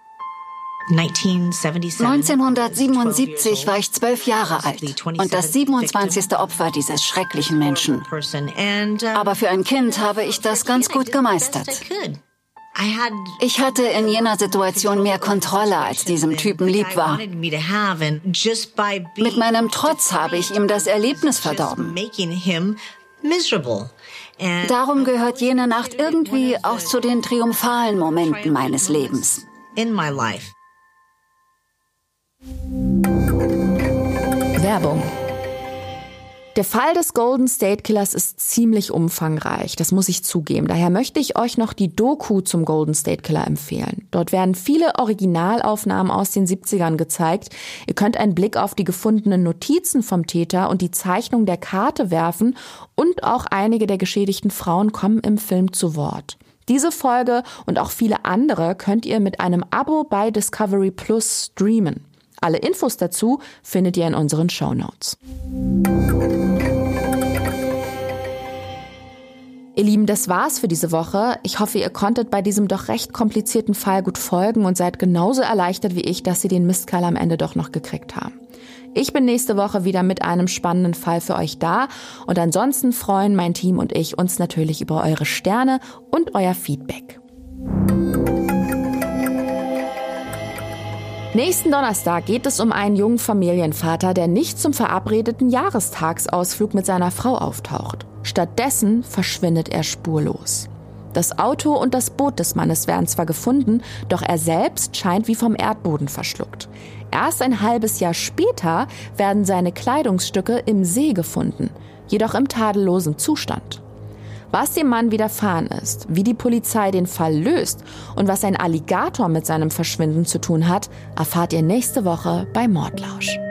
1977 war ich 12 Jahre alt und das 27. Opfer dieses schrecklichen Menschen. Aber für ein Kind habe ich das ganz gut gemeistert. Ich hatte in jener Situation mehr Kontrolle, als diesem Typen lieb war. Mit meinem Trotz habe ich ihm das Erlebnis verdorben. Darum gehört jene Nacht irgendwie auch zu den triumphalen Momenten meines Lebens. Werbung. Der Fall des Golden State Killers ist ziemlich umfangreich, das muss ich zugeben. Daher möchte ich euch noch die Doku zum Golden State Killer empfehlen. Dort werden viele Originalaufnahmen aus den 70ern gezeigt. Ihr könnt einen Blick auf die gefundenen Notizen vom Täter und die Zeichnung der Karte werfen und auch einige der geschädigten Frauen kommen im Film zu Wort. Diese Folge und auch viele andere könnt ihr mit einem Abo bei Discovery Plus streamen. Alle Infos dazu findet ihr in unseren Shownotes. Ihr Lieben, das war's für diese Woche. Ich hoffe, ihr konntet bei diesem doch recht komplizierten Fall gut folgen und seid genauso erleichtert wie ich, dass sie den Mistkerl am Ende doch noch gekriegt haben. Ich bin nächste Woche wieder mit einem spannenden Fall für euch da und ansonsten freuen mein Team und ich uns natürlich über eure Sterne und euer Feedback. Nächsten Donnerstag geht es um einen jungen Familienvater, der nicht zum verabredeten Jahrestagsausflug mit seiner Frau auftaucht. Stattdessen verschwindet er spurlos. Das Auto und das Boot des Mannes werden zwar gefunden, doch er selbst scheint wie vom Erdboden verschluckt. Erst ein halbes Jahr später werden seine Kleidungsstücke im See gefunden, jedoch im tadellosen Zustand. Was dem Mann widerfahren ist, wie die Polizei den Fall löst und was ein Alligator mit seinem Verschwinden zu tun hat, erfahrt ihr nächste Woche bei Mordlausch.